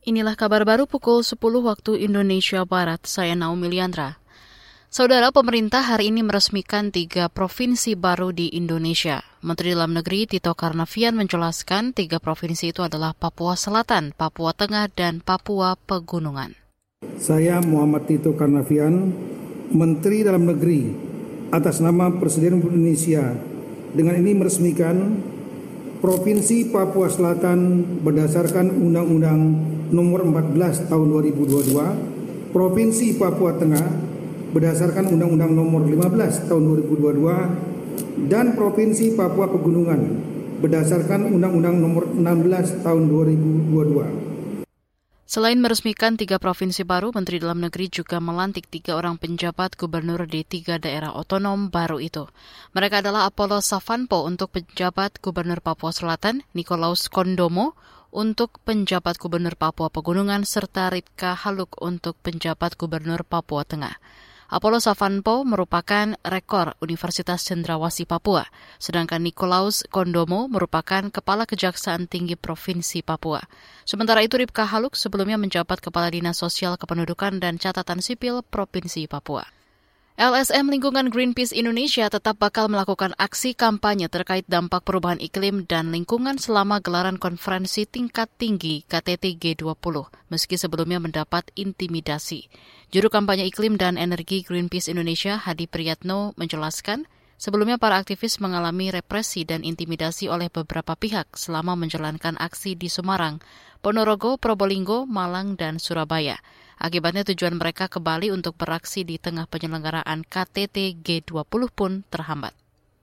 Inilah kabar baru pukul 10 waktu Indonesia Barat. Saya Naomi Liandra. Saudara, pemerintah hari ini meresmikan 3 provinsi baru di Indonesia. Menteri Dalam Negeri Tito Karnavian menjelaskan 3 provinsi itu adalah Papua Selatan, Papua Tengah, dan Papua Pegunungan. Saya Muhammad Tito Karnavian, Menteri Dalam Negeri, atas nama Presiden Republik Indonesia, dengan ini meresmikan Provinsi Papua Selatan berdasarkan Undang-Undang Nomor 14 Tahun 2022, Provinsi Papua Tengah berdasarkan Undang-Undang Nomor 15 Tahun 2022, dan Provinsi Papua Pegunungan berdasarkan Undang-Undang Nomor 16 Tahun 2022. Selain meresmikan 3 provinsi baru, Menteri Dalam Negeri juga melantik 3 orang penjabat gubernur di 3 daerah otonom baru itu. Mereka adalah Apollo Savanpo untuk penjabat gubernur Papua Selatan, Nikolaus Kondomo untuk penjabat gubernur Papua Pegunungan, serta Ripka Haluk untuk penjabat gubernur Papua Tengah. Apollo Savanpo merupakan rektor Universitas Cendrawasih Papua, sedangkan Nikolaus Kondomo merupakan Kepala Kejaksaan Tinggi Provinsi Papua. Sementara itu Ripka Haluk sebelumnya menjabat Kepala Dinas Sosial Kependudukan dan Catatan Sipil Provinsi Papua. LSM Lingkungan Greenpeace Indonesia tetap bakal melakukan aksi kampanye terkait dampak perubahan iklim dan lingkungan selama gelaran konferensi tingkat tinggi KTT G20, meski sebelumnya mendapat intimidasi. Juru kampanye iklim dan energi Greenpeace Indonesia, Hadi Priyatno, menjelaskan, sebelumnya para aktivis mengalami represi dan intimidasi oleh beberapa pihak selama menjalankan aksi di Semarang, Ponorogo, Probolinggo, Malang, dan Surabaya. Akibatnya tujuan mereka ke Bali untuk beraksi di tengah penyelenggaraan KTT G20 pun terhambat.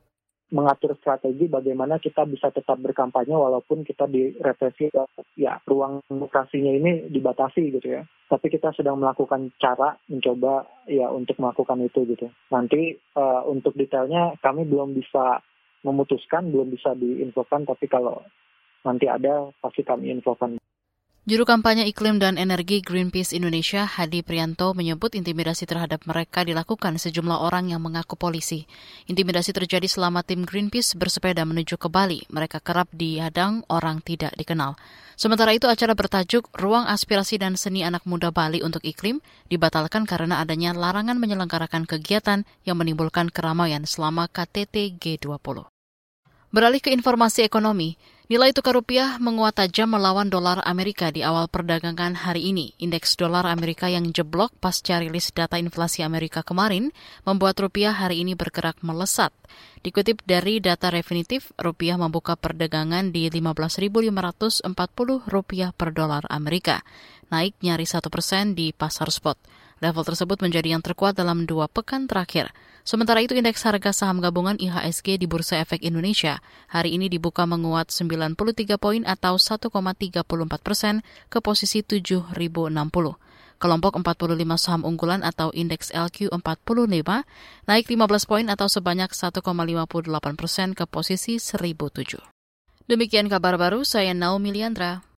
Mengatur strategi bagaimana kita bisa tetap berkampanye walaupun kita direpresi, ya ruang demokrasinya ini dibatasi gitu ya. Tapi kita sedang melakukan cara mencoba ya untuk melakukan itu gitu. Nanti untuk detailnya kami belum bisa memutuskan, belum bisa diinfokan, tapi kalau nanti ada pasti kami infokan. Juru kampanye iklim dan energi Greenpeace Indonesia, Hadi Priyanto, menyebut intimidasi terhadap mereka dilakukan sejumlah orang yang mengaku polisi. Intimidasi terjadi selama tim Greenpeace bersepeda menuju ke Bali. Mereka kerap dihadang orang tidak dikenal. Sementara itu, acara bertajuk Ruang Aspirasi dan Seni Anak Muda Bali untuk Iklim dibatalkan karena adanya larangan menyelenggarakan kegiatan yang menimbulkan keramaian selama KTT G20. Beralih ke informasi ekonomi, nilai tukar rupiah menguat tajam melawan dolar Amerika di awal perdagangan hari ini. Indeks dolar Amerika yang jeblok pasca rilis data inflasi Amerika kemarin membuat rupiah hari ini bergerak melesat. Dikutip dari data definitif, rupiah membuka perdagangan di Rp15.540 per dolar Amerika, naik nyaris 1% di pasar spot. Level tersebut menjadi yang terkuat dalam 2 pekan terakhir. Sementara itu, indeks harga saham gabungan IHSG di Bursa Efek Indonesia hari ini dibuka menguat 93 poin atau 1,34% ke posisi 7.060. Kelompok 45 saham unggulan atau indeks LQ45 naik 15 poin atau sebanyak 1,58% ke posisi 1.007. Demikian kabar baru, saya Naomi Liandra.